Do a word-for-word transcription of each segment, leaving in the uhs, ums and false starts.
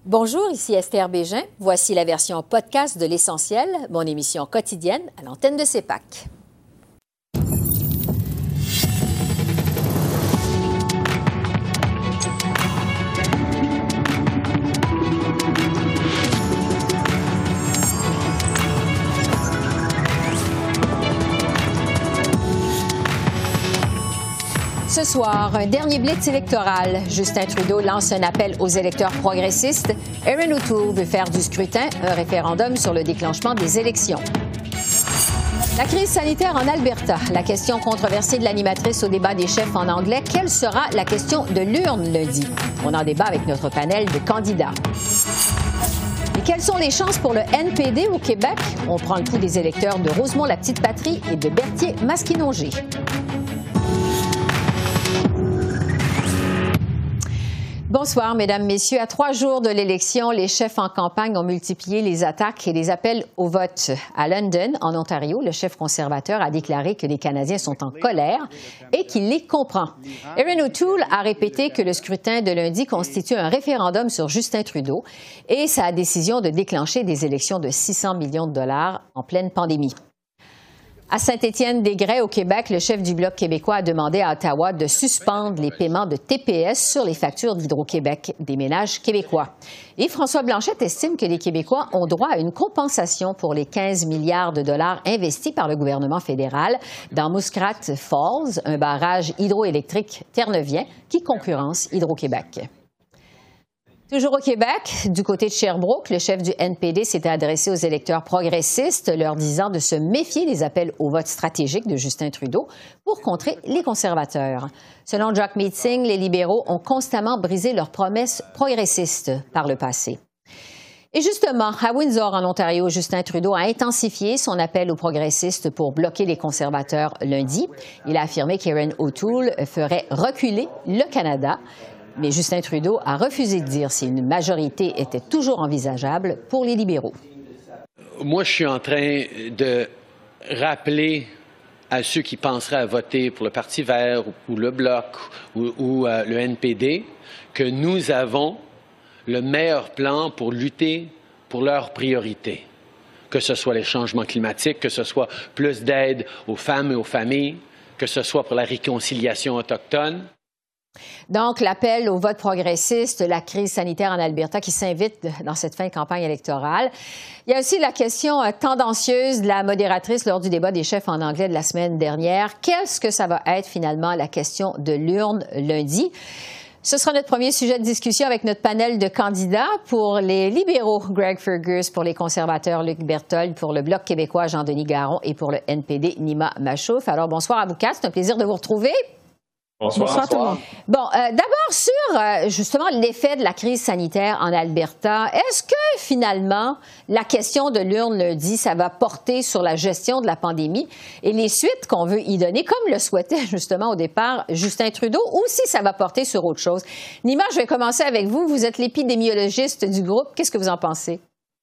Bonjour, ici Esther Bégin. Voici la version podcast de L'Essentiel, mon émission quotidienne à l'antenne de CEPAC. Ce soir, un dernier blitz électoral. Justin Trudeau lance un appel aux électeurs progressistes. Erin O'Toole veut faire du scrutin un référendum sur le déclenchement des élections. La crise sanitaire en Alberta. La question controversée de l'animatrice au débat des chefs en anglais. Quelle sera la question de l'urne lundi? On en débat avec notre panel de candidats. Et quelles sont les chances pour le N P D au Québec? On prend le pouls des électeurs de Rosemont-la-Petite-Patrie et de Berthier-Masquinongé. Bonsoir, Mesdames, Messieurs. À trois jours de l'élection, les chefs en campagne ont multiplié les attaques et les appels au vote. À London, en Ontario, le chef conservateur a déclaré que les Canadiens sont en colère et qu'il les comprend. Erin O'Toole a répété que le scrutin de lundi constitue un référendum sur Justin Trudeau et sa décision de déclencher des élections de six cents millions de dollars en pleine pandémie. À Saint-Étienne-des-Grès, au Québec, le chef du Bloc québécois a demandé à Ottawa de suspendre les paiements de T P S sur les factures d'Hydro-Québec des ménages québécois. Et François Blanchet estime que les Québécois ont droit à une compensation pour les quinze milliards de dollars investis par le gouvernement fédéral dans Muskrat Falls, un barrage hydroélectrique terneuvien qui concurrence Hydro-Québec. Toujours au Québec, du côté de Sherbrooke, le chef du N P D s'était adressé aux électeurs progressistes, leur disant de se méfier des appels au vote stratégique de Justin Trudeau pour contrer les conservateurs. Selon Jack Meeting, les libéraux ont constamment brisé leurs promesses progressistes par le passé. Et justement, à Windsor, en Ontario, Justin Trudeau a intensifié son appel aux progressistes pour bloquer les conservateurs lundi. Il a affirmé qu'Erin O'Toole ferait reculer le Canada. Mais Justin Trudeau a refusé de dire si une majorité était toujours envisageable pour les libéraux. Moi, je suis en train de rappeler à ceux qui penseraient à voter pour le Parti vert ou le Bloc ou, ou euh, le N P D que nous avons le meilleur plan pour lutter pour leurs priorités, que ce soit les changements climatiques, que ce soit plus d'aide aux femmes et aux familles, que ce soit pour la réconciliation autochtone. Donc, l'appel au vote progressiste, la crise sanitaire en Alberta qui s'invite dans cette fin de campagne électorale. Il y a aussi la question tendancieuse de la modératrice lors du débat des chefs en anglais de la semaine dernière. Qu'est-ce que ça va être finalement la question de l'urne lundi? Ce sera notre premier sujet de discussion avec notre panel de candidats. Pour les libéraux, Greg Fergus, pour les conservateurs, Luc Berthold, pour le Bloc québécois, Jean-Denis Garon et pour le N P D, Nima Machouf. Alors, bonsoir à vous quatre. C'est un plaisir de vous retrouver. Bonsoir. Bonsoir tout le monde. Bon, euh, d'abord sur euh, justement l'effet de la crise sanitaire en Alberta, est-ce que finalement la question de l'urne lundi, ça va porter sur la gestion de la pandémie et les suites qu'on veut y donner, comme le souhaitait justement au départ Justin Trudeau, ou si ça va porter sur autre chose? Nima, je vais commencer avec vous. Vous êtes l'épidémiologiste du groupe. Qu'est-ce que vous en pensez?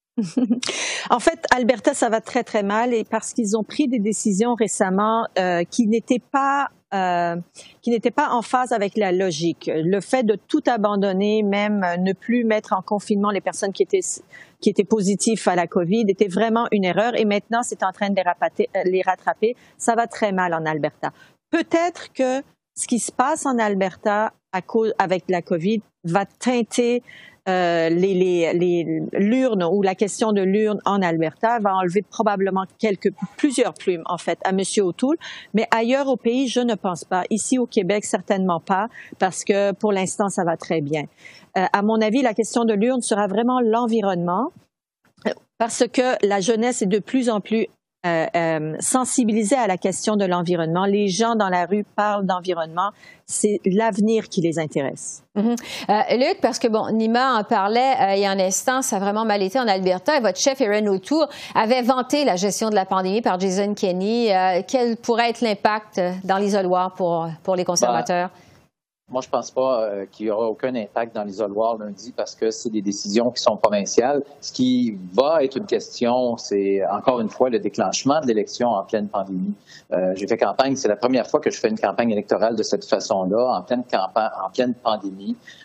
En fait, Alberta, ça va très, très mal et parce qu'ils ont pris des décisions récemment euh, qui n'étaient pas Euh, qui n'était pas en phase avec la logique. Le fait de tout abandonner, même ne plus mettre en confinement les personnes qui étaient qui étaient positives à la COVID, était vraiment une erreur. Et maintenant, c'est en train de les, rapater, les rattraper. Ça va très mal en Alberta. Peut-être que ce qui se passe en Alberta à cause avec la COVID va teinter Euh, les, les, les, l'urne ou la question de l'urne en Alberta, va enlever probablement quelques, plusieurs plumes en fait à M. O'Toole, mais ailleurs au pays, je ne pense pas. Ici au Québec, certainement pas, parce que pour l'instant, ça va très bien. Euh, à mon avis, la question de l'urne sera vraiment l'environnement, parce que la jeunesse est de plus en plus Euh, euh, sensibilisés à la question de l'environnement. Les gens dans la rue parlent d'environnement. C'est l'avenir qui les intéresse. Mm-hmm. Euh, Luc, parce que, bon, Nima en parlait euh, il y a un instant, ça a vraiment mal été en Alberta. Et votre chef, Erin O'Toole, avait vanté la gestion de la pandémie par Jason Kenney. Euh, quel pourrait être l'impact dans l'isoloir pour, pour les conservateurs? Ben, moi, je pense pas euh, qu'il y aura aucun impact dans l'isoloir lundi parce que c'est des décisions qui sont provinciales. Ce qui va être une question, c'est encore une fois le déclenchement de l'élection en pleine pandémie. Euh, j'ai fait campagne, c'est la première fois que je fais une campagne électorale de cette façon-là, en pleine campagne, en pleine pandémie.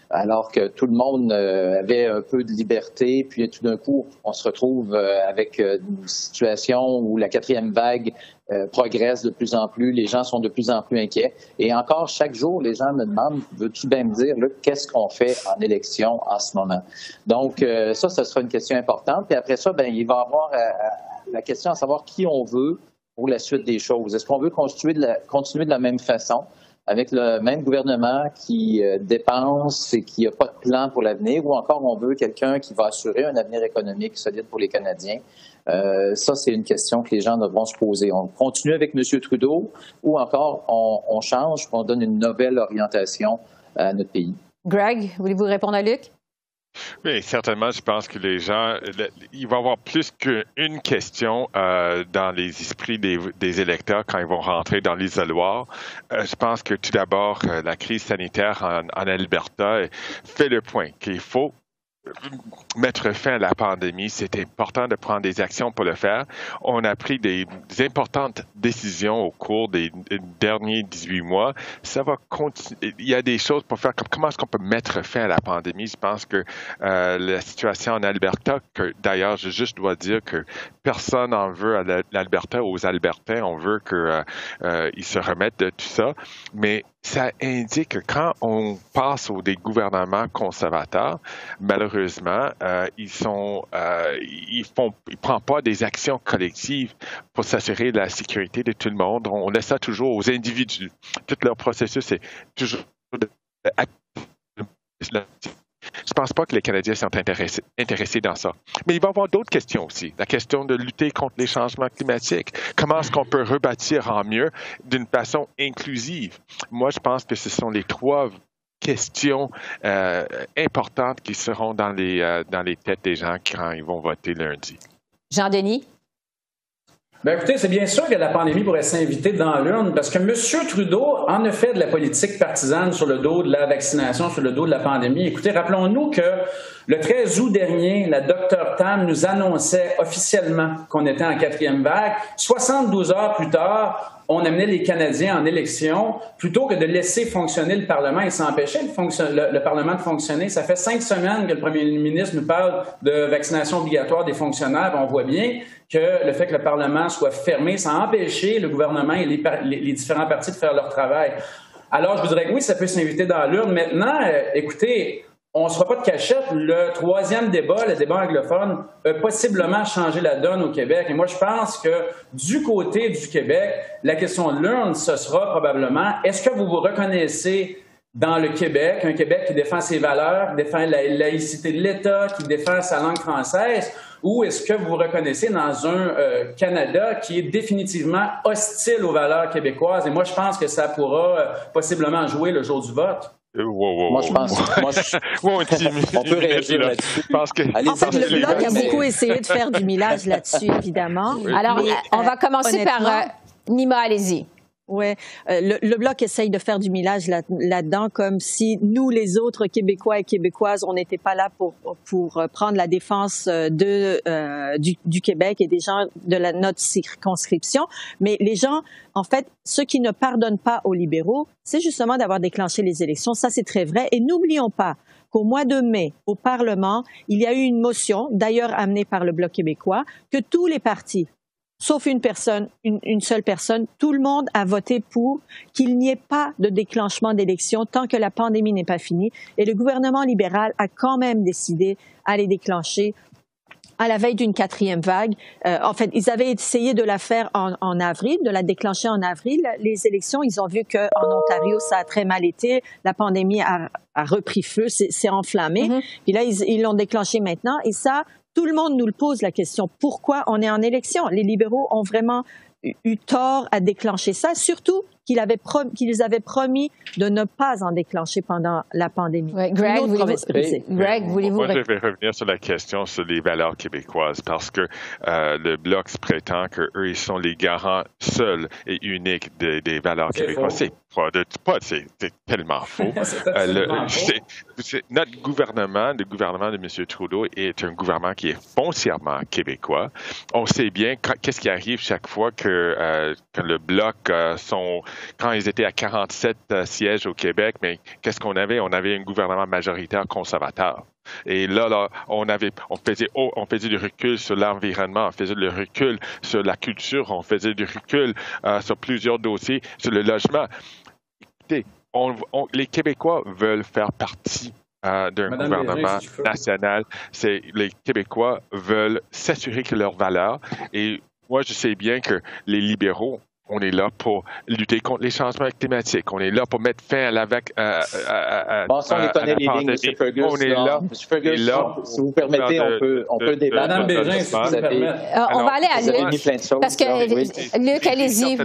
alors que tout le monde euh, avait un peu de liberté, puis tout d'un coup, on se retrouve euh, avec euh, une situation où la quatrième vague euh, progresse de plus en plus, les gens sont de plus en plus inquiets. Et encore, chaque jour, les gens me demandent, veux-tu bien me dire, là, qu'est-ce qu'on fait en élection en ce moment? Donc, euh, ça, ce sera une question importante. Puis après ça, ben, il va y avoir euh, la question à savoir qui on veut pour la suite des choses. Est-ce qu'on veut continuer de la, continuer de la même façon, avec le même gouvernement qui euh, dépense et qui n'a pas de plan pour l'avenir, ou encore on veut quelqu'un qui va assurer un avenir économique solide pour les Canadiens? Euh, ça, c'est une question que les gens devront se poser. On continue avec M. Trudeau ou encore on, on change, on donne une nouvelle orientation à notre pays. Greg, voulez-vous répondre à Luc? Oui, certainement. Je pense que les gens, le, il va y avoir plus qu'une question euh, dans les esprits des, des électeurs quand ils vont rentrer dans l'isoloir. Euh, je pense que tout d'abord, euh, la crise sanitaire en, en Alberta fait le point qu'il faut mettre fin à la pandémie. C'est important de prendre des actions pour le faire. On a pris des, des importantes décisions au cours des, des derniers dix-huit mois. Ça va continuer. Il y a des choses pour faire. Comme, comment est-ce qu'on peut mettre fin à la pandémie? Je pense que euh, la situation en Alberta, que d'ailleurs, je juste dois dire que personne n'en veut à l'Alberta ou aux Albertains. On veut qu'ils euh, euh, se remettent de tout ça. Mais ça indique que quand on passe aux des gouvernements conservateurs, malheureusement, euh, ils sont, euh, ils font, ils prennent pas des actions collectives pour s'assurer de la sécurité de tout le monde. On laisse ça toujours aux individus. Tout leur processus c'est toujours de, de, je pense pas que les Canadiens sont intéressés, intéressés dans ça. Mais il va y avoir d'autres questions aussi. La question de lutter contre les changements climatiques. Comment est-ce qu'on peut rebâtir en mieux d'une façon inclusive? Moi, je pense que ce sont les trois questions euh, importantes qui seront dans les, euh, dans les têtes des gens quand ils vont voter lundi. Jean-Denis? Bien, écoutez, c'est bien sûr que la pandémie pourrait s'inviter dans l'urne parce que M. Trudeau en a fait de la politique partisane sur le dos de la vaccination, sur le dos de la pandémie. Écoutez, rappelons-nous que le treize août dernier, la docteure Tam nous annonçait officiellement qu'on était en quatrième vague. soixante-douze heures plus tard, on amenait les Canadiens en élection plutôt que de laisser fonctionner le Parlement et s'empêcher le, le, le Parlement de fonctionner. Ça fait cinq semaines que le premier ministre nous parle de vaccination obligatoire des fonctionnaires. On voit bien que le fait que le Parlement soit fermé, ça a empêché le gouvernement et les, les, les différents partis de faire leur travail. Alors, je vous dirais que oui, ça peut s'inviter dans l'urne. Maintenant, euh, écoutez, on ne se fera pas de cachette. Le troisième débat, le débat anglophone, a possiblement changé la donne au Québec. Et moi, je pense que du côté du Québec, la question de l'urne, ce sera probablement, est-ce que vous vous reconnaissez dans le Québec, un Québec qui défend ses valeurs, qui défend la laïcité de l'État, qui défend sa langue française, ou est-ce que vous vous reconnaissez dans un euh, Canada qui est définitivement hostile aux valeurs québécoises? Et moi, je pense que ça pourra euh, possiblement jouer le jour du vote. Wow, wow, moi, je pense. Moi, je... wow, on peut réagir là. là-dessus. Parce que, en fait, le Bloc a beaucoup essayé de faire du millage là-dessus, évidemment. Oui. Alors, mais, on va commencer par euh, Nima, allez-y. Oui, euh, le, le Bloc essaye de faire du millage là, là-dedans, comme si nous, les autres Québécois et Québécoises, on n'était pas là pour pour prendre la défense de euh, du, du Québec et des gens de la, notre circonscription. Mais les gens, en fait, ceux qui ne pardonnent pas aux libéraux, c'est justement d'avoir déclenché les élections. Ça, c'est très vrai. Et n'oublions pas qu'au mois de mai, au Parlement, il y a eu une motion, d'ailleurs amenée par le Bloc québécois, que tous les partis, sauf une personne, une, une seule personne, tout le monde a voté pour qu'il n'y ait pas de déclenchement d'élections tant que la pandémie n'est pas finie. Et le gouvernement libéral a quand même décidé à les déclencher à la veille d'une quatrième vague. Euh, en fait, ils avaient essayé de la faire en, en avril, de la déclencher en avril. Les élections, ils ont vu qu'en Ontario, ça a très mal été. La pandémie a, a repris feu, c'est enflammé. Mm-hmm. Puis là, ils l'ont déclenché maintenant. Et ça, tout le monde nous le pose la question. Pourquoi on est en élection? Les libéraux ont vraiment eu, eu tort à déclencher ça, surtout qu'ils avaient, prom qu'ils avaient promis de ne pas en déclencher pendant la pandémie. Ouais, Greg, voulez-vous, Greg, voulez-vous... Moi, je vais revenir sur la question sur les valeurs québécoises parce que euh, le Bloc se prétend qu'eux, ils sont les garants seuls et uniques des, des valeurs québécoises. C'est pas, de, pas c'est tellement faux. euh, le, faux. C'est, notre gouvernement, le gouvernement de M. Trudeau, est un gouvernement qui est foncièrement québécois. On sait bien qu'est-ce qui arrive chaque fois que, euh, que le Bloc euh, sont quand ils étaient à quarante-sept euh, sièges au Québec, mais qu'est-ce qu'on avait? On avait un gouvernement majoritaire conservateur. Et là, là on, avait, on, faisait, oh, on faisait du recul sur l'environnement, on faisait du recul sur la culture, on faisait du recul euh, sur plusieurs dossiers, sur le logement. Écoutez, on, on, les Québécois veulent faire partie euh, d'un Madame gouvernement Bégin, si national. C'est, les Québécois veulent s'assurer que leurs valeurs, et moi, je sais bien que les libéraux, on est là pour lutter contre les changements climatiques. On est là pour mettre fin à la vague. Euh, à, bon, sans déconner les lignes, M. Fergus. On est là. M. Fergus, là, si vous permettez, on peut, on peut débattre. Madame Bégin, si vous permettez. Euh, on va aller à Luc. Parce que, oui. Luc, allez-y.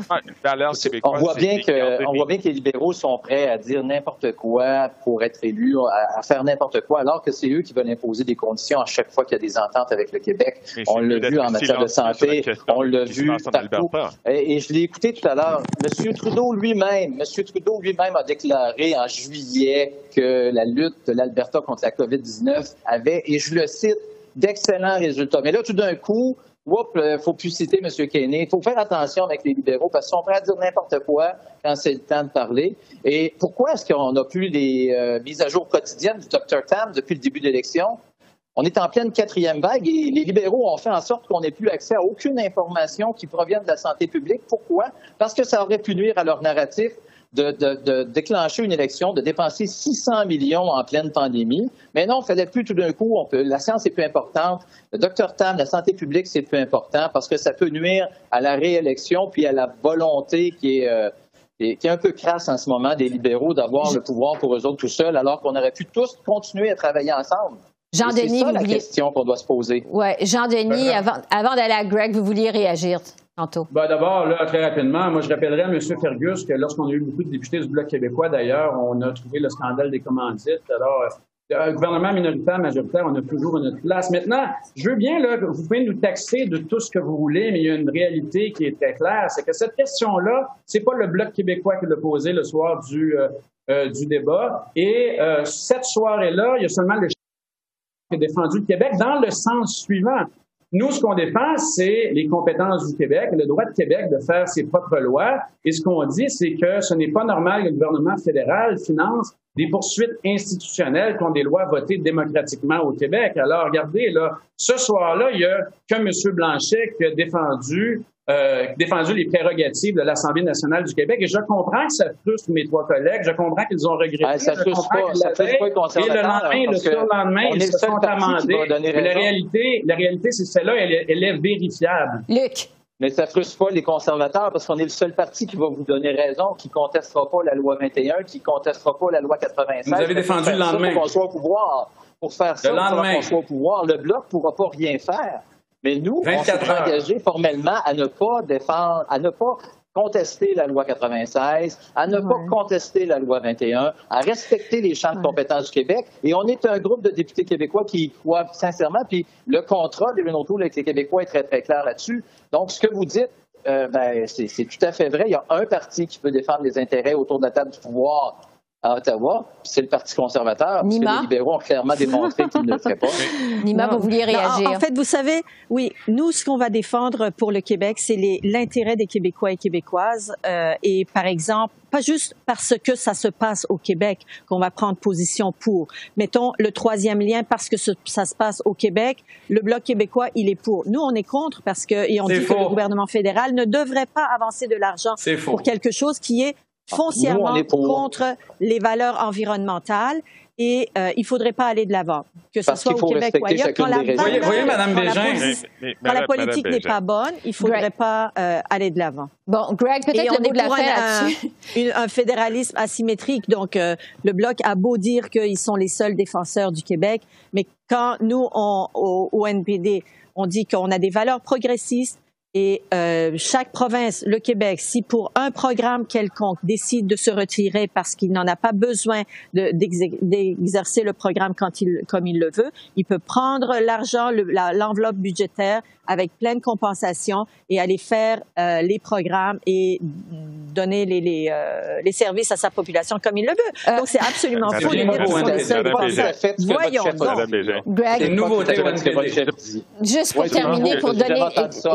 On voit bien que, on voit bien que les libéraux sont prêts à dire n'importe quoi pour être élus, à, à faire n'importe quoi, alors que c'est eux qui veulent imposer des conditions à chaque fois qu'il y a des ententes avec le Québec. On l'a vu en matière de santé, on l'a vu partout. Et, et je l'ai écouté tout à l'heure. M. Trudeau lui-même, M. Trudeau lui-même a déclaré en juillet que la lutte de l'Alberta contre la COVID dix-neuf avait, et je le cite, d'excellents résultats. Mais là, tout d'un coup, il ne faut plus citer M. Kenney. Il faut faire attention avec les libéraux parce qu'ils sont prêts à dire n'importe quoi quand c'est le temps de parler. Et pourquoi est-ce qu'on n'a plus les euh, mises à jour quotidiennes du docteur Tam depuis le début de l'élection? On est en pleine quatrième vague et les libéraux ont fait en sorte qu'on n'ait plus accès à aucune information qui provienne de la santé publique. Pourquoi? Parce que ça aurait pu nuire à leur narratif de, de, de déclencher une élection, de dépenser six cents millions en pleine pandémie. Mais non, il ne fallait plus tout d'un coup, on peut, la science est plus importante. Le docteur Tam, la santé publique, c'est plus important parce que ça peut nuire à la réélection puis à la volonté qui est... Euh, qui est un peu crasse en ce moment des libéraux d'avoir le pouvoir pour eux autres tout seuls, alors qu'on aurait pu tous continuer à travailler ensemble. Jean-Denis, c'est ça la vouliez... question qu'on doit se poser. Oui, Jean-Denis, Ben, avant, avant d'aller à Greg, vous vouliez réagir tantôt. Ben, d'abord, là, très rapidement, moi, je rappellerai à M. Fergus que lorsqu'on a eu beaucoup de députés du Bloc québécois, d'ailleurs, on a trouvé le scandale des commandites. Alors, un gouvernement minoritaire, majoritaire, on a toujours notre place. Maintenant, je veux bien, là, que vous pouvez nous taxer de tout ce que vous voulez, mais il y a une réalité qui est très claire, c'est que cette question-là, c'est pas le Bloc québécois qui l'a posée le soir du, euh, euh, du débat. Et euh, cette soirée-là, il y a seulement le qui a défendu le Québec dans le sens suivant. Nous, ce qu'on défend, c'est les compétences du Québec, le droit de Québec de faire ses propres lois. Et ce qu'on dit, c'est que ce n'est pas normal que le gouvernement fédéral finance des poursuites institutionnelles contre des lois votées démocratiquement au Québec. Alors, regardez, là, ce soir-là, il y a que M. Blanchet qui a défendu Euh, défendu les prérogatives de l'Assemblée nationale du Québec. Et je comprends que ça frustre mes trois collègues. Je comprends qu'ils ont regretté. Ah, ça je comprends pas, ça fait, pas et le lendemain, le surlendemain, ils se sont amendés. Mais la réalité, la réalité, c'est celle-là, elle, elle est vérifiable. Luc. Mais ça frustre pas les conservateurs parce qu'on est le seul parti qui va vous donner raison, qui contestera pas la loi vingt et un, qui contestera pas la loi quatre-vingt-seize. Vous avez défendu le lendemain. Pour qu'on soit au pouvoir. Pour faire ça, pour qu'on soit au pouvoir, le Bloc ne pourra pas rien faire. Mais nous, on s'est engagés formellement à ne pas défendre, à ne pas contester la loi quatre-vingt-seize, à ne ouais. pas contester la loi vingt et un, à respecter les champs de compétences du Québec. Et on est un groupe de députés québécois qui y croient sincèrement. Puis le contrat d'Erin O'Toole avec les Québécois est très, très clair là-dessus. Donc, ce que vous dites, euh, ben, c'est, c'est tout à fait vrai. Il y a un parti qui peut défendre les intérêts autour de la table du pouvoir à Ottawa, c'est le Parti conservateur, Nima. parce que les libéraux ont clairement démontré qu'ils ne le feraient pas. Nima, non. vous vouliez réagir? Non, en, en fait, vous savez, oui, nous, ce qu'on va défendre pour le Québec, c'est les, l'intérêt des Québécois et Québécoises. Euh, et par exemple, pas juste parce que ça se passe au Québec qu'on va prendre position pour. Mettons le troisième lien, parce que ce, ça se passe au Québec, le Bloc québécois, il est pour. Nous, on est contre parce que, et on c'est dit faux. que le gouvernement fédéral ne devrait pas avancer de l'argent pour quelque chose qui est foncièrement Nous, contre les valeurs environnementales et euh, il ne faudrait pas aller de l'avant, que ce Parce soit au Québec ou ailleurs. Quand la, valeur, voyez, voyez, Mme quand Bégin, la, posi- mais, quand la politique n'est pas bonne, il ne faudrait Greg. pas euh, aller de l'avant. Bon, Greg, peut-être et le mot de la fin là-dessus. Un, un fédéralisme asymétrique, donc euh, le Bloc a beau dire qu'ils sont les seuls défenseurs du Québec, mais quand nous, on, au, au N P D, on dit qu'on a des valeurs progressistes, et euh, chaque province, le Québec, si pour un programme quelconque décide de se retirer parce qu'il n'en a pas besoin de, d'exer- d'exercer le programme quand il, comme il le veut, il peut prendre l'argent, le, la, l'enveloppe budgétaire avec pleine compensation et aller faire euh, les programmes et donner les, les, euh, les services à sa population comme il le veut. Euh, donc, c'est absolument faux de dire qu'ils sont les seuls défenseurs. Voyons donc. Greg, c'est une nouveauté. Juste pour terminer, pour donner égalité des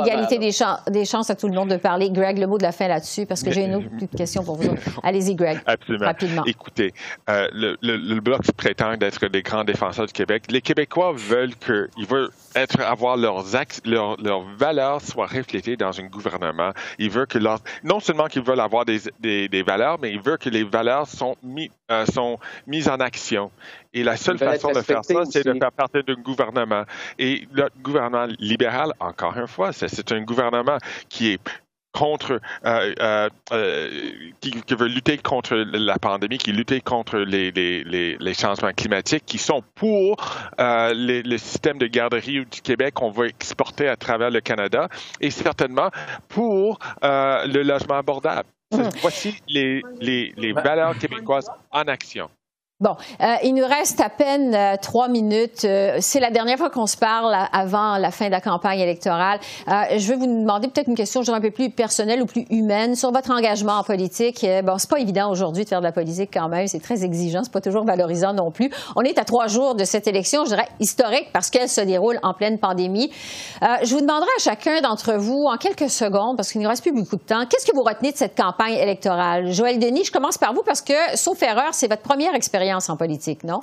des, ch des chances à tout le monde de parler. Greg, le mot de la fin là-dessus, parce que j'ai une autre petite question pour vous. Allez-y, Greg. Absolument. Rapidement. Écoutez, euh, le, le, le Bloc se prétend d'être des grands défenseurs du Québec. Les Québécois veulent que, ils veulent être, avoir leurs axes, leurs, leurs valeurs soient reflétées dans un gouvernement. Ils veulent que leur, non seulement qu'ils veulent avoir des, des, des valeurs, mais ils veulent que les valeurs sont, mis, euh, sont mises en action. Et la seule façon de faire ça, c'est de faire partie d'un gouvernement. Et le gouvernement libéral, encore une fois, c'est un gouvernement qui est contre, euh, euh, euh, qui, qui veut lutter contre la pandémie, qui lutte contre les, les, les, les changements climatiques, qui sont pour euh, les, le système de garderie du Québec qu'on va exporter à travers le Canada, et certainement pour euh, le logement abordable. Mmh. Voici les, les, les valeurs québécoises en action. Bon, euh, il nous reste à peine euh, trois minutes. Euh, c'est la dernière fois qu'on se parle avant la fin de la campagne électorale. Euh, je vais vous demander peut-être une question, je dirais un peu plus personnelle ou plus humaine sur votre engagement en politique. Euh, bon, c'est pas évident aujourd'hui de faire de la politique quand même. C'est très exigeant, c'est pas toujours valorisant non plus. On est à trois jours de cette élection, je dirais historique parce qu'elle se déroule en pleine pandémie. Euh, je vous demanderai à chacun d'entre vous, en quelques secondes, parce qu'il ne reste plus beaucoup de temps, qu'est-ce que vous retenez de cette campagne électorale? Joël Denis, je commence par vous parce que, sauf erreur, c'est votre première expérience en politique, non?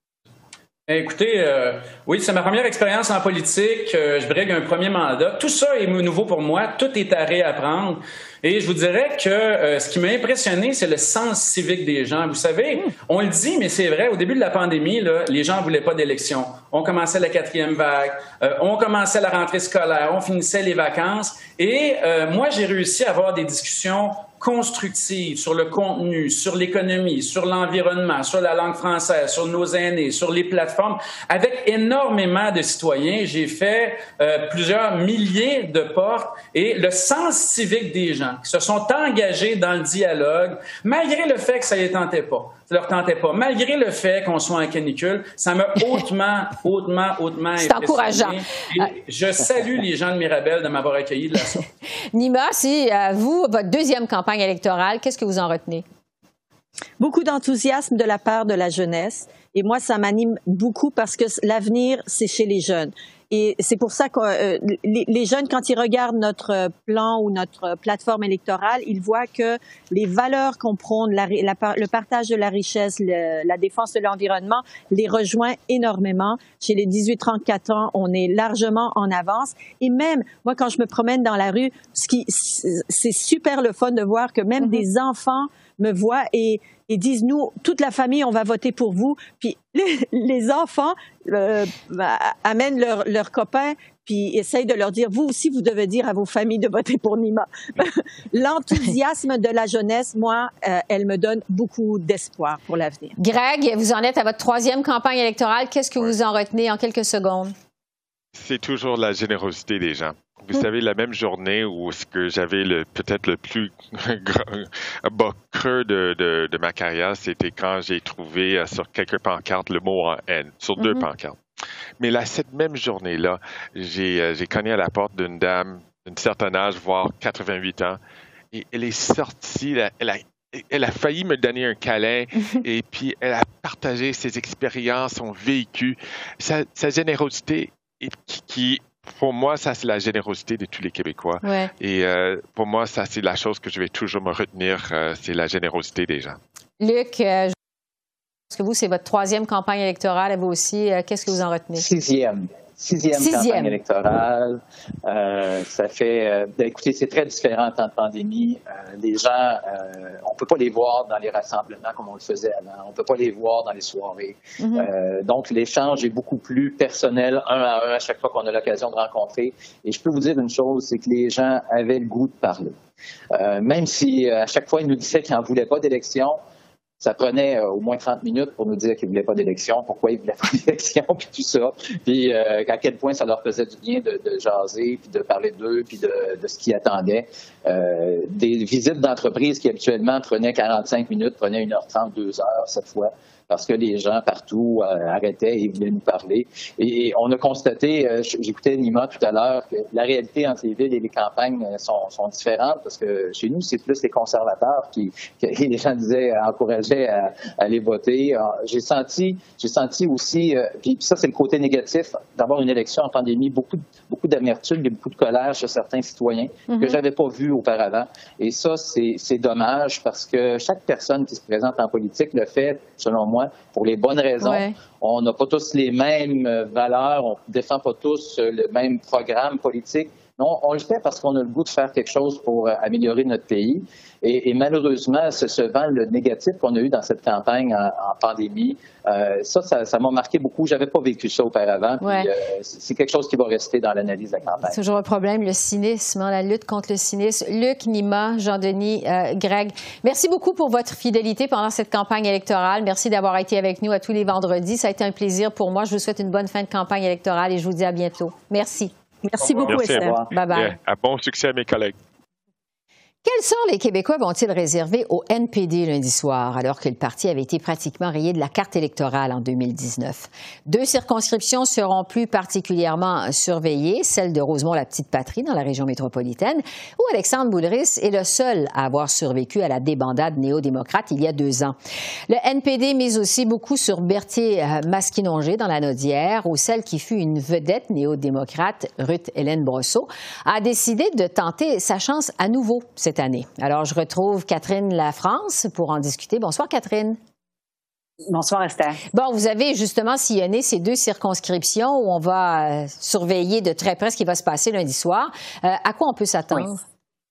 Écoutez, euh, oui, c'est ma première expérience en politique. Euh, je brigue un premier mandat. Tout ça est nouveau pour moi. Tout est à réapprendre. Et je vous dirais que euh, ce qui m'a impressionné, c'est le sens civique des gens. Vous savez, on le dit, mais c'est vrai, au début de la pandémie, là, les gens ne voulaient pas d'élection. On commençait la quatrième vague, euh, on commençait la rentrée scolaire, on finissait les vacances. Et euh, moi, j'ai réussi à avoir des discussions constructive sur le contenu, sur l'économie, sur l'environnement, sur la langue française, sur nos aînés, sur les plateformes. Avec énormément de citoyens, j'ai fait euh, plusieurs milliers de portes et le sens civique des gens qui se sont engagés dans le dialogue, malgré le fait que ça ne les tentait pas. Ça leur tentait pas. Malgré le fait qu'on soit en canicule, ça m'a hautement, hautement, hautement impressionné. C'est encourageant. Et je salue les gens de Mirabel de m'avoir accueilli de la sorte. Nima, si euh, vous, votre deuxième campagne électorale, qu'est-ce que vous en retenez? Beaucoup d'enthousiasme de la part de la jeunesse. Et moi, ça m'anime beaucoup parce que l'avenir, c'est chez les jeunes. Et c'est pour ça que euh, les, les jeunes, quand ils regardent notre plan ou notre plateforme électorale, ils voient que les valeurs qu'on prône, la, la, le partage de la richesse, le, la défense de l'environnement, les rejoint énormément. Chez les dix-huit trente-quatre ans, on est largement en avance. Et même, moi, quand je me promène dans la rue, ce qui, c'est super le fun de voir que même mm-hmm. des enfants me voient et, et disent, nous, toute la famille, on va voter pour vous. Puis les, les enfants euh, bah, amènent leurs leurs copains puis essayent de leur dire, vous aussi, vous devez dire à vos familles de voter pour Nima. L'enthousiasme de la jeunesse, moi, euh, elle me donne beaucoup d'espoir pour l'avenir. Greg, vous en êtes à votre troisième campagne électorale. Qu'est-ce que vous en retenez en quelques secondes? C'est toujours la générosité des gens. Vous savez, la même journée où ce que j'avais le peut-être le plus bas creux de, de, de ma carrière, c'était quand j'ai trouvé euh, sur quelques pancartes le mot en haine, sur mm-hmm. deux pancartes. Mais là, cette même journée-là, j'ai euh, j'ai cogné à la porte d'une dame d'un certain âge, voire quatre-vingt-huit ans, et elle est sortie, elle a, elle a, elle a failli me donner un câlin, et puis elle a partagé ses expériences, son vécu, sa, sa générosité et qui, qui pour moi, ça, c'est la générosité de tous les Québécois. Ouais. Et euh, pour moi, ça, c'est la chose que je vais toujours me retenir, euh, c'est la générosité des gens. Luc, euh, est-ce que vous, c'est votre troisième campagne électorale, et vous aussi, euh, qu'est-ce que vous en retenez? Sixième. Sixième, Sixième. campagne électorale. Euh, ça fait... Euh, ben, écoutez, c'est très différent en temps de pandémie. Euh, les gens, euh, on ne peut pas les voir dans les rassemblements comme on le faisait avant. On ne peut pas les voir dans les soirées. Mm-hmm. Euh, donc, l'échange est beaucoup plus personnel, un à un, à chaque fois qu'on a l'occasion de rencontrer. Et je peux vous dire une chose, c'est que les gens avaient le goût de parler. Euh, même si, à chaque fois, ils nous disaient qu'ils n'en voulaient pas d'élection, ça prenait euh, au moins trente minutes pour nous dire qu'ils ne voulaient pas d'élection, pourquoi ils ne voulaient pas d'élection, puis tout ça. Puis euh, à quel point ça leur faisait du bien de, de jaser, puis de parler d'eux, puis de, de ce qu'ils attendaient. Euh, des visites d'entreprise qui habituellement prenaient quarante-cinq minutes, prenaient une heure trente, deux heures cette fois. parce que les gens partout euh, arrêtaient et venaient nous parler. Et, et on a constaté, euh, j'écoutais Nima tout à l'heure, que la réalité entre les villes et les campagnes sont, sont différentes, parce que chez nous, c'est plus les conservateurs qui, qui les gens disaient, encourageaient à, à aller voter. Alors, j'ai senti, j'ai senti aussi, euh, puis ça c'est le côté négatif, d'avoir une élection en pandémie, beaucoup, beaucoup d'amertume et beaucoup de colère chez certains citoyens mm-hmm. que j'avais pas vu auparavant. Et ça, c'est, c'est dommage parce que chaque personne qui se présente en politique le fait, selon moi, pour les bonnes raisons. Ouais. On n'a pas tous les mêmes valeurs, on ne défend pas tous le même programme politique. Non, on le fait parce qu'on a le goût de faire quelque chose pour améliorer notre pays. Et, et malheureusement, ce, ce vent le négatif qu'on a eu dans cette campagne en, en pandémie, euh, ça, ça, ça m'a marqué beaucoup. J'avais pas vécu ça auparavant. Puis, ouais. euh, c'est quelque chose qui va rester dans l'analyse de la campagne. C'est toujours un problème, le cynisme, hein, la lutte contre le cynisme. Luc, Nima, Jean-Denis, euh, Greg, merci beaucoup pour votre fidélité pendant cette campagne électorale. Merci d'avoir été avec nous à tous les vendredis. Ça a été un plaisir pour moi. Je vous souhaite une bonne fin de campagne électorale et je vous dis à bientôt. Merci. Merci beaucoup, Merci, Esther. Bye-bye. Un bon succès à mes collègues. Quel sort les Québécois vont-ils réserver au N P D lundi soir, alors que le parti avait été pratiquement rayé de la carte électorale en deux mille dix-neuf? Deux circonscriptions seront plus particulièrement surveillées, celle de Rosemont-la-Petite-Patrie dans la région métropolitaine, où Alexandre Boulris est le seul à avoir survécu à la débandade néo-démocrate il y a deux ans. Le N P D mise aussi beaucoup sur Berthier-Maskinongé dans la Naudière, où celle qui fut une vedette néo-démocrate, Ruth-Hélène Brosseau, a décidé de tenter sa chance à nouveau cette année. Alors, je retrouve Catherine Lafrance pour en discuter. Bonsoir, Catherine. Bonsoir, Esther. Bon, vous avez justement sillonné ces deux circonscriptions où on va euh, surveiller de très près ce qui va se passer lundi soir. Euh, à quoi on peut s'attendre? Oui.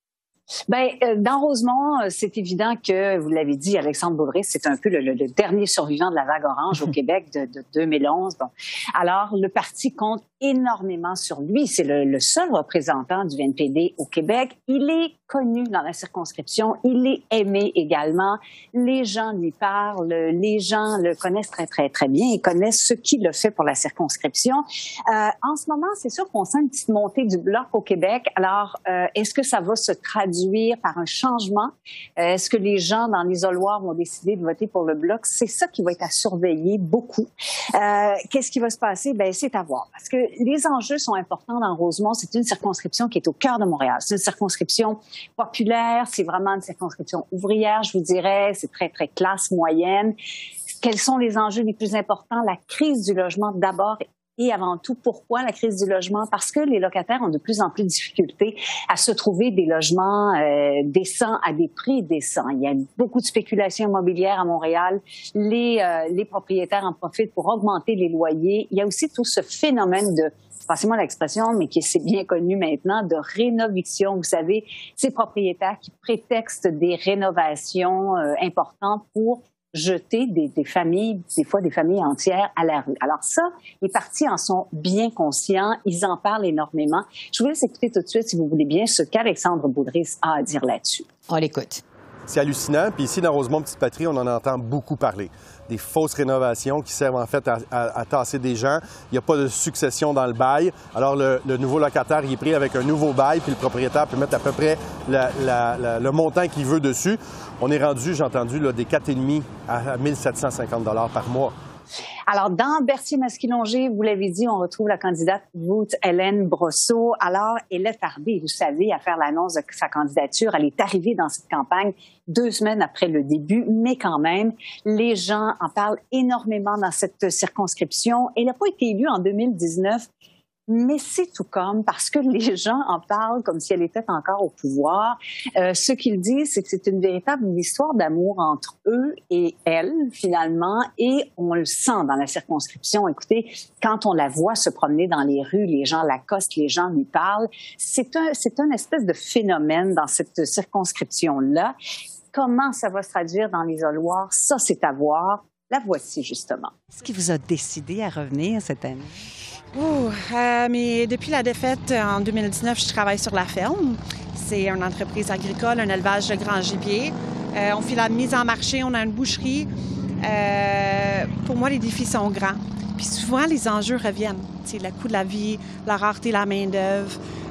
Ben, euh, dans Rosemont, c'est évident que, vous l'avez dit, Alexandre Boulris, c'est un peu le, le, le dernier survivant de la vague orange au Québec de, de deux mille onze. Bon. Alors, le parti compte énormément sur lui. C'est le, le seul représentant du N P D au Québec. Il est connu dans la circonscription. Il est aimé également. Les gens lui parlent. Les gens le connaissent très, très, très bien. Ils connaissent ce qu'il a fait pour la circonscription. Euh, en ce moment, c'est sûr qu'on sent une petite montée du bloc au Québec. Alors, euh, est-ce que ça va se traduire par un changement? Est-ce que les gens dans l'isoloir vont décider de voter pour le Bloc? C'est ça qui va être à surveiller beaucoup. Euh, qu'est-ce qui va se passer? Ben, c'est à voir. Parce que les enjeux sont importants dans Rosemont. C'est une circonscription qui est au cœur de Montréal. C'est une circonscription populaire. C'est vraiment une circonscription ouvrière, je vous dirais. C'est très, très classe moyenne. Quels sont les enjeux les plus importants? La crise du logement d'abord. Et avant tout, pourquoi la crise du logement? Parce que les locataires ont de plus en plus de difficultés à se trouver des logements euh, décents à des prix décents. Il y a beaucoup de spéculation immobilière à Montréal. Les, euh, les propriétaires en profitent pour augmenter les loyers. Il y a aussi tout ce phénomène de, passez-moi l'expression, mais qui est bien connu maintenant, de rénoviction. Vous savez, ces propriétaires qui prétextent des rénovations euh, importantes pour jeter des, des familles, des fois des familles entières à la rue. Alors ça, les partis en sont bien conscients, ils en parlent énormément. Je vous laisse écouter tout de suite, si vous voulez bien, ce qu'Alexandre Boulris a à dire là-dessus. On l'écoute. C'est hallucinant, puis ici, dans Rosemont-Petite-Patrie, on en entend beaucoup parler. Des fausses rénovations qui servent en fait à, à, à tasser des gens. Il n'y a pas de succession dans le bail. Alors, le, le nouveau locataire, il est pris avec un nouveau bail, puis le propriétaire peut mettre à peu près la, la, la, le montant qu'il veut dessus. On est rendu, j'ai entendu, là, des quatre virgule cinq à mille sept cent cinquante dollars par mois. Alors, dans Berthier-Maskinongé, vous l'avez dit, on retrouve la candidate Ruth-Hélène Brosseau. Alors, elle a tardé, vous savez, à faire l'annonce de sa candidature. Elle est arrivée dans cette campagne deux semaines après le début, mais quand même, les gens en parlent énormément dans cette circonscription. Elle n'a pas été élue en deux mille dix-neuf. Mais c'est tout comme, parce que les gens en parlent comme si elle était encore au pouvoir. Euh, ce qu'ils disent, c'est que c'est une véritable histoire d'amour entre eux et elle, finalement, et on le sent dans la circonscription. Écoutez, quand on la voit se promener dans les rues, les gens l'accostent, les gens lui parlent. C'est un, c'est un espèce de phénomène dans cette circonscription-là. Comment ça va se traduire dans l'isoloir? Ça, c'est à voir. La voici, justement. Qu'est-ce qui vous a décidé à revenir cette année? Oh, euh, mais depuis la défaite en deux mille dix-neuf, je travaille sur la ferme. C'est une entreprise agricole, un élevage de grand gibier. Euh, on fait la mise en marché, on a une boucherie. Euh, pour moi, les défis sont grands. Puis souvent, les enjeux reviennent. C'est le coût de la vie, la rareté de la main-d'œuvre.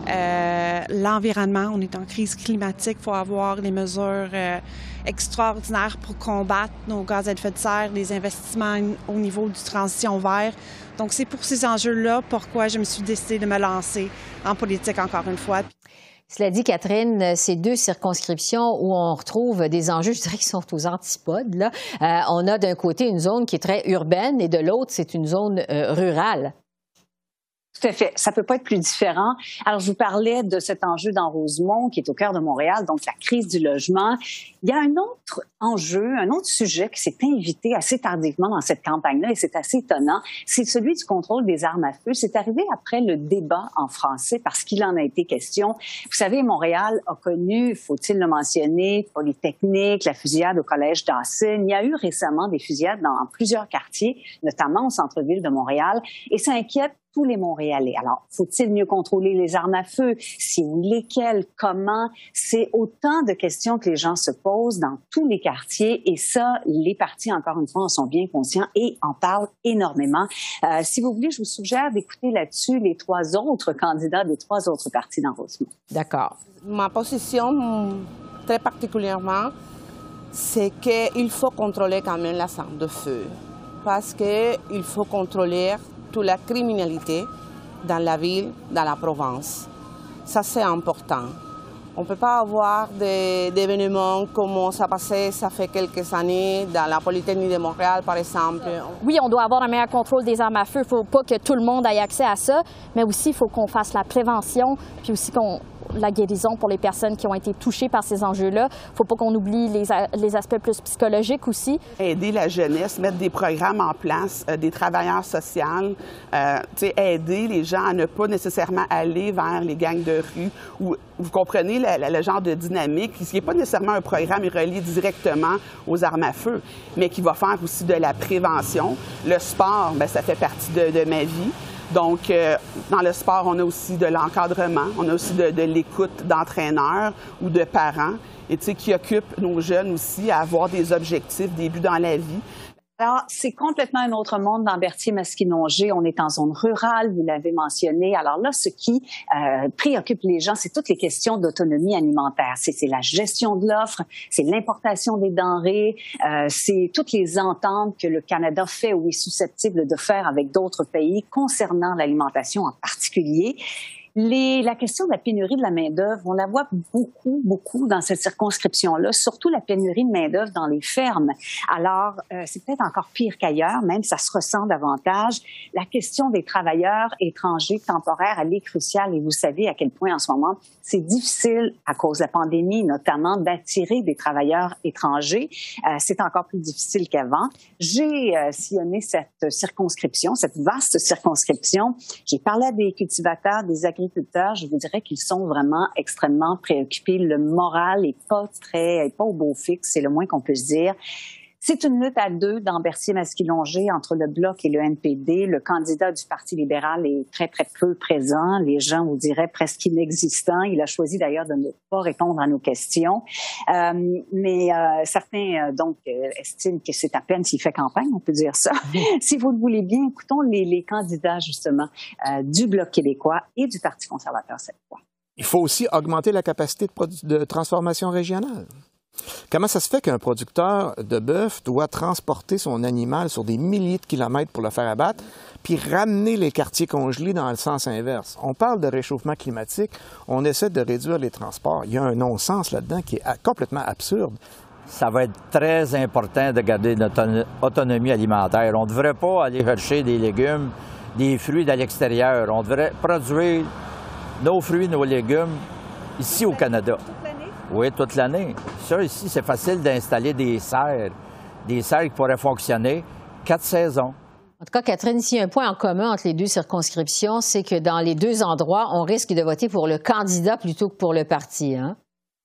Euh, l'environnement, on est en crise climatique, il faut avoir des mesures euh, extraordinaires pour combattre nos gaz à effet de serre, des investissements au niveau du transition vert. Donc, c'est pour ces enjeux-là pourquoi je me suis décidée de me lancer en politique encore une fois. Cela dit, Catherine, ces deux circonscriptions où on retrouve des enjeux, je dirais, qui sont aux antipodes. Là. Euh, on a d'un côté une zone qui est très urbaine et de l'autre, c'est une zone euh, rurale. Tout à fait. Ça peut pas être plus différent. Alors, je vous parlais de cet enjeu dans Rosemont, qui est au cœur de Montréal, donc la crise du logement. Il y a un autre enjeu, un autre sujet qui s'est invité assez tardivement dans cette campagne-là, et c'est assez étonnant, c'est celui du contrôle des armes à feu. C'est arrivé après le débat en français, parce qu'il en a été question. Vous savez, Montréal a connu, faut-il le mentionner, Polytechnique, la fusillade au collège Dawson. Il y a eu récemment des fusillades dans plusieurs quartiers, notamment au centre-ville de Montréal, et ça inquiète tous les Montréalais. Alors, faut-il mieux contrôler les armes à feu? Si oui, lesquelles? Comment? C'est autant de questions que les gens se posent dans tous les quartiers et ça, les partis, encore une fois, en sont bien conscients et en parlent énormément. Euh, si vous voulez, je vous suggère d'écouter là-dessus les trois autres candidats des trois autres partis dans Rosemont. D'accord. Ma position, très particulièrement, c'est qu'il faut contrôler quand même les armes de feu parce qu'il faut contrôler toute la criminalité dans la ville, dans la province. Ça, c'est important. On ne peut pas avoir des, des événements comme ça passait, ça fait quelques années, dans la Polytechnique de Montréal, par exemple. Oui, on doit avoir un meilleur contrôle des armes à feu. Il ne faut pas que tout le monde ait accès à ça, mais aussi, il faut qu'on fasse la prévention, puis aussi qu'on la guérison pour les personnes qui ont été touchées par ces enjeux-là. Il ne faut pas qu'on oublie les, les aspects plus psychologiques aussi. Aider la jeunesse, mettre des programmes en place, euh, des travailleurs sociaux, euh, aider les gens à ne pas nécessairement aller vers les gangs de rue. Ou, vous comprenez le, le, le genre de dynamique, qui n'est pas nécessairement un programme relié directement aux armes à feu, mais qui va faire aussi de la prévention. Le sport, bien, ça fait partie de, de ma vie. Donc, euh, dans le sport, on a aussi de l'encadrement, on a aussi de, de l'écoute d'entraîneurs ou de parents, et tu sais, qui occupent nos jeunes aussi à avoir des objectifs, des buts dans la vie. Alors, c'est complètement un autre monde dans Berthier-Masquinongé. On est en zone rurale, vous l'avez mentionné. Alors là, ce qui euh, préoccupe les gens, c'est toutes les questions d'autonomie alimentaire. C'est, c'est la gestion de l'offre, c'est l'importation des denrées, euh, c'est toutes les ententes que le Canada fait ou est susceptible de faire avec d'autres pays concernant l'alimentation en particulier. Les, la question de la pénurie de la main-d'œuvre, on la voit beaucoup, beaucoup dans cette circonscription-là, surtout la pénurie de main-d'œuvre dans les fermes. Alors, euh, c'est peut-être encore pire qu'ailleurs, même ça se ressent davantage. La question des travailleurs étrangers temporaires, elle est cruciale et vous savez à quel point en ce moment, c'est difficile à cause de la pandémie, notamment d'attirer des travailleurs étrangers. Euh, c'est encore plus difficile qu'avant. J'ai euh, sillonné cette circonscription, cette vaste circonscription. J'ai parlé à des cultivateurs, des agriculteurs. Je vous dirais qu'ils sont vraiment extrêmement préoccupés. Le moral n'est pas très, pas au beau fixe, c'est le moins qu'on peut se dire. C'est une lutte à deux dans Berthier-Masquinongé entre le Bloc et le N P D. Le candidat du Parti libéral est très, très peu présent. Les gens vous diraient presque inexistant. Il a choisi d'ailleurs de ne pas répondre à nos questions. Euh, mais euh, certains, euh, donc, euh, estiment que c'est à peine s'il fait campagne, on peut dire ça. Si vous le voulez bien, écoutons les, les candidats, justement, euh, du Bloc québécois et du Parti conservateur cette fois. Il faut aussi augmenter la capacité de, produ- de transformation régionale. Comment ça se fait qu'un producteur de bœuf doit transporter son animal sur des milliers de kilomètres pour le faire abattre, puis ramener les quartiers congelés dans le sens inverse? On parle de réchauffement climatique, on essaie de réduire les transports. Il y a un non-sens là-dedans qui est complètement absurde. Ça va être très important de garder notre autonomie alimentaire. On ne devrait pas aller chercher des légumes, des fruits de l'extérieur. On devrait produire nos fruits, nos légumes ici au Canada. Oui, toute l'année. Ça, ici, c'est facile d'installer des serres, des serres qui pourraient fonctionner quatre saisons. En tout cas, Catherine, ici, un point en commun entre les deux circonscriptions, c'est que dans les deux endroits, on risque de voter pour le candidat plutôt que pour le parti, hein?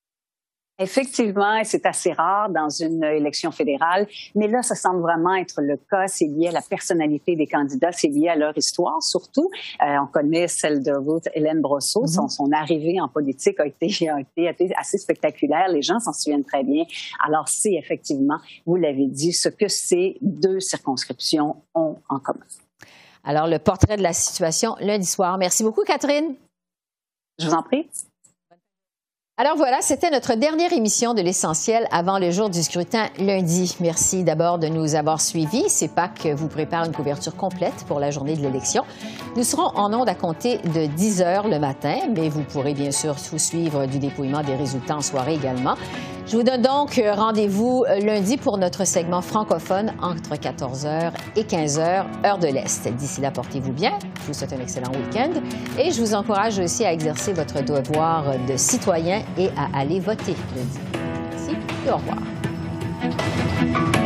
Effectivement, et c'est assez rare dans une élection fédérale, mais là, ça semble vraiment être le cas. C'est lié à la personnalité des candidats, c'est lié à leur histoire surtout. Euh, on connaît celle de Ruth Hélène Brosseau. Mm-hmm. Son, son arrivée en politique a été, a été assez spectaculaire. Les gens s'en souviennent très bien. Alors, c'est effectivement, vous l'avez dit, ce que ces deux circonscriptions ont en commun. Alors, le portrait de la situation lundi soir. Merci beaucoup, Catherine. Je vous en prie. Alors voilà, c'était notre dernière émission de l'Essentiel avant le jour du scrutin lundi. Merci d'abord de nous avoir suivis. C'est P A C vous prépare une couverture complète pour la journée de l'élection. Nous serons en ondes à compter de dix heures le matin, mais vous pourrez bien sûr vous suivre du dépouillement des résultats en soirée également. Je vous donne donc rendez-vous lundi pour notre segment francophone entre quatorze heures et quinze heures, heure de l'Est. D'ici là, portez-vous bien. Je vous souhaite un excellent week-end et je vous encourage aussi à exercer votre devoir de citoyen et à aller voter lundi. Merci et au revoir.